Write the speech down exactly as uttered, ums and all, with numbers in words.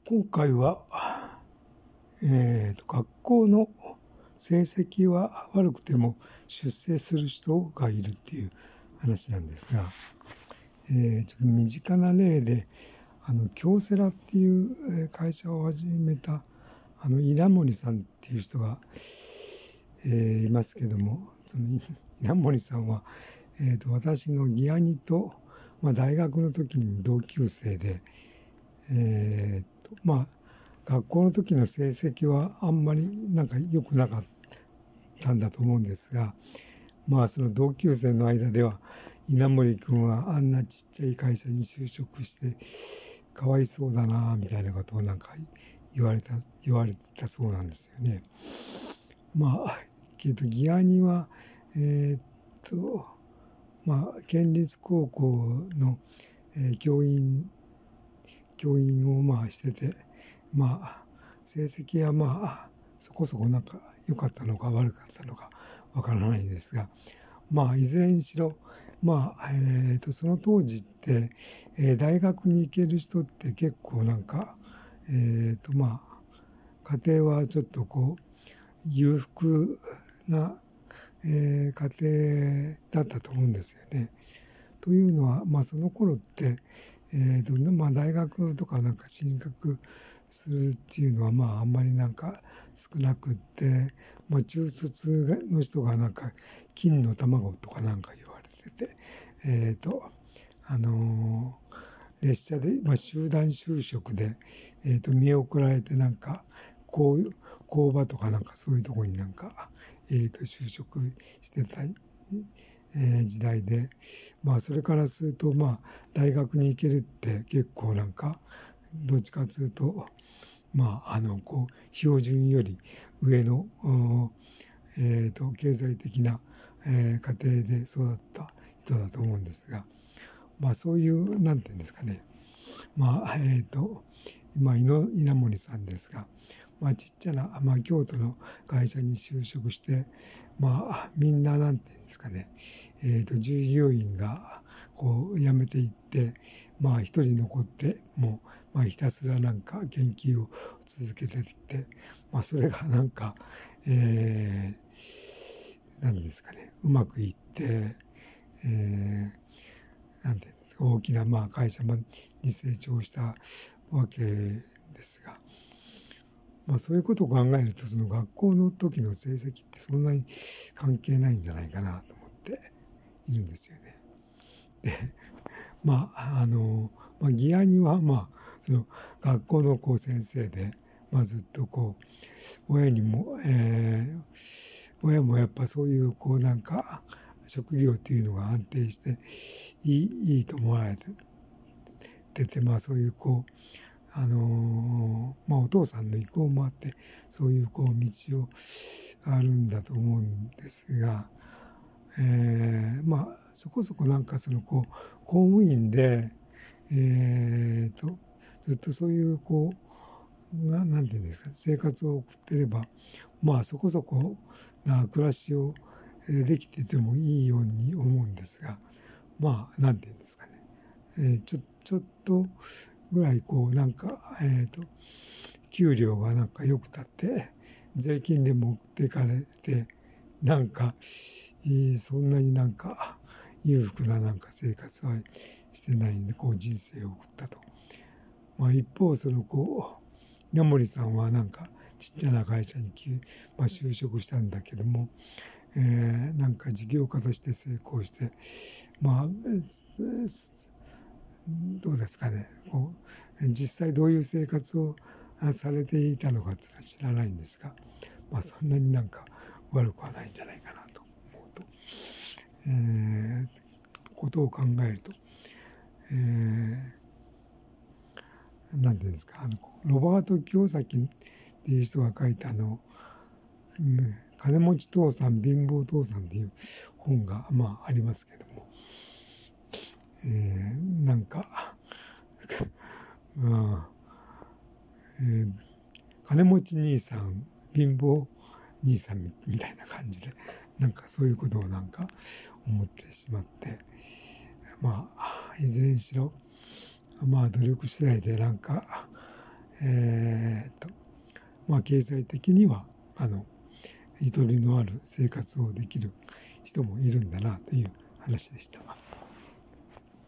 今回は、えーと、学校の成績は悪くても出世する人がいるっていう話なんですが、えー、ちょっと身近な例で、あの京セラっていう会社を始めたあの稲森さんっていう人が、えー、いますけども、その稲森さんは、えーと、私の義兄と、まあ、大学の時に同級生で、えーとまあ、学校の時の成績はあんまりなんか良くなかったんだと思うんですが、まあその同級生の間では稲森君はあんなちっちゃい会社に就職してかわいそうだなみたいなことをなんか言われた言われてたそうなんですよね。まあけど義兄はえー、っとまあ県立高校の、えー、教員教員をまあしてて、まあ成績はまあそこそこなんか良かったのか悪かったのかわからないんですが、まあいずれにしろ、まあえー、とその当時って、えー、大学に行ける人って結構なんか、えー、とまあ家庭はちょっとこう裕福な、えー、家庭だったと思うんですよね。というのは、まあ、その頃って、えーとまあ、大学とかなんか進学するっていうのは、まあ、あんまりなんか少なくって、まあ、中卒の人がなんか金の卵とかなんか言われてて、えーとあのー、列車で、まあ、集団就職で、えーと見送られてなんか工工場とかなんかそういうところになんか、えーと就職してたりえー、時代で、まあそれからするとまあ大学に行けるって結構なんかどっちかというとまああのこう標準より上のえーと経済的な、えー、家庭で育った人だと思うんですが、まあそういうなんていうんですかね、まあえーと今稲森さんですが、まあ、ちっちゃな、まあ、京都の会社に就職して、まあ、みんななんていうんですかね、えーと、従業員がこう辞めていって、まあ一人残って、もう、まあひたすらなんか研究を続けていって、まあそれがなんか、えー、なんですかね、うまくいって、えー、なんていうんですか、大きなまあ会社に成長したわけですが、まあそういうことを考えると、その学校の時の成績ってそんなに関係ないんじゃないかなと思っているんですよね。で、まあ、あの、まあ、義兄は、まあ、その学校のこう先生で、まあずっとこう、親にも、えー、親もやっぱそういう、こうなんか、職業っていうのが安定して、いい、いいと思われてて、まあそういう、こう、あのー、まあお父さんの意向もあって、そういうこう道をあるんだと思うんですが、えー、まあそこそこなんかそのこう公務員で、えーと、ずっとそういうこう、ななんていうんですか、生活を送ってれば、まあそこそこな暮らしをできててもいいように思うんですが、まあなんていうんですかね、えー、ちょ、ちょっと、ぐらいこうなんか、えっと、給料がなんか良くたって、税金で持っていかれて、なんか、そんなになんか裕福ななんか生活はしてないんで、こう人生を送ったと。まあ一方、そのこう、稲森さんはなんかちっちゃな会社に、まあ、就職したんだけども、えー、なんか事業家として成功して、まあ、どうですかね、こう実際どういう生活をされていたのかっていうのは知らないんですが、まあ、そんなになんか悪くはないんじゃないかなと思うと、えー、ことを考えると、えー、なんていうんですか、あのロバート清崎っていう人が書いたあの、うん、金持ち父さん貧乏父さんっていう本が、まあ、ありますけども、えー、なんかうんえー、金持ち兄さん、貧乏兄さんみたいな感じで、なんかそういうことをなんか思ってしまって、まあ、いずれにしろ、まあ努力次第でなんか、 えーとまあ、経済的にはあのゆとりのある生活をできる人もいるんだなという話でした。